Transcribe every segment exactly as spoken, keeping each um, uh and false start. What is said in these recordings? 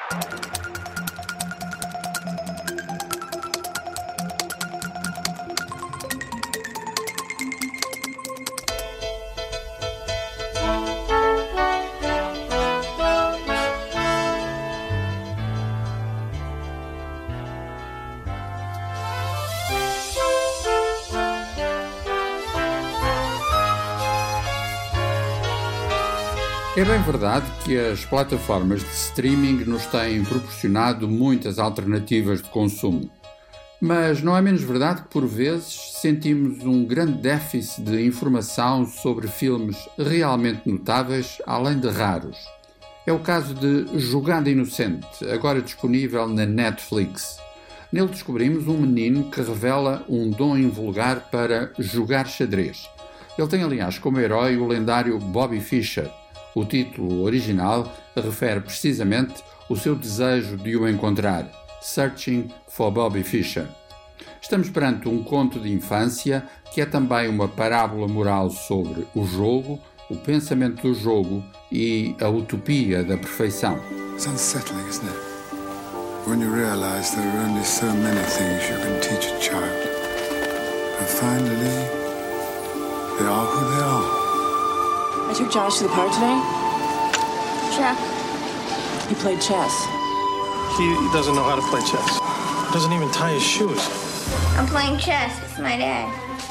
É bem verdade que as plataformas de streaming nos têm proporcionado muitas alternativas de consumo. Mas não é menos verdade que, por vezes, sentimos um grande déficit de informação sobre filmes realmente notáveis, além de raros. É o caso de Jogada Inocente, agora disponível na Netflix. Nele descobrimos um menino que revela um dom invulgar para jogar xadrez. Ele tem, aliás, como herói o lendário Bobby Fischer. O título original refere precisamente o seu desejo de o encontrar, Searching for Bobby Fischer. Estamos perante um conto de infância que é também uma parábola moral sobre o jogo, o pensamento do jogo e a utopia da perfeição. It's unsettling, isn't it? When you realize there are only so many things you can teach a child. And finally, they are who they are. I took Josh to the park today. Check. He played chess. He doesn't know how to play chess. Doesn't even tie his shoes. I'm playing chess with my dad.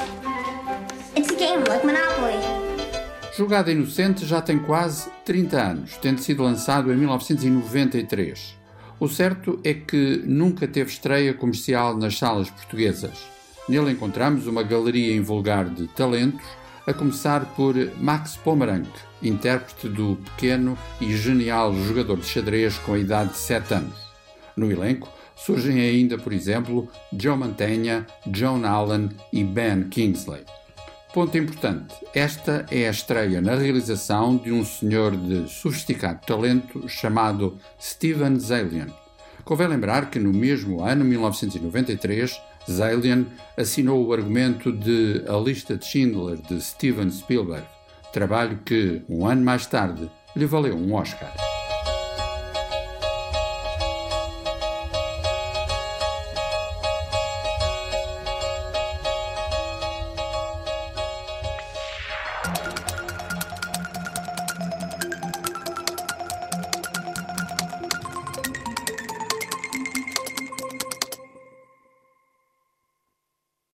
It's a game like Monopoly. Jogada Inocente já tem quase trinta anos, tendo sido lançado em mil novecentos e noventa e três. O certo é que nunca teve estreia comercial nas salas portuguesas. Nele encontramos uma galeria invulgar de talentos, a começar por Max Pomeranc, intérprete do pequeno e genial jogador de xadrez com a idade de sete anos. No elenco surgem ainda, por exemplo, Joe Mantegna, Joan Allen e Ben Kingsley. Ponto importante, esta é a estreia na realização de um senhor de sofisticado talento chamado Steven Zaillian. Convém lembrar que no mesmo ano, mil novecentos e noventa e três, Zaillian assinou o argumento de A Lista de Schindler de Steven Spielberg, trabalho que, um ano mais tarde, lhe valeu um Oscar.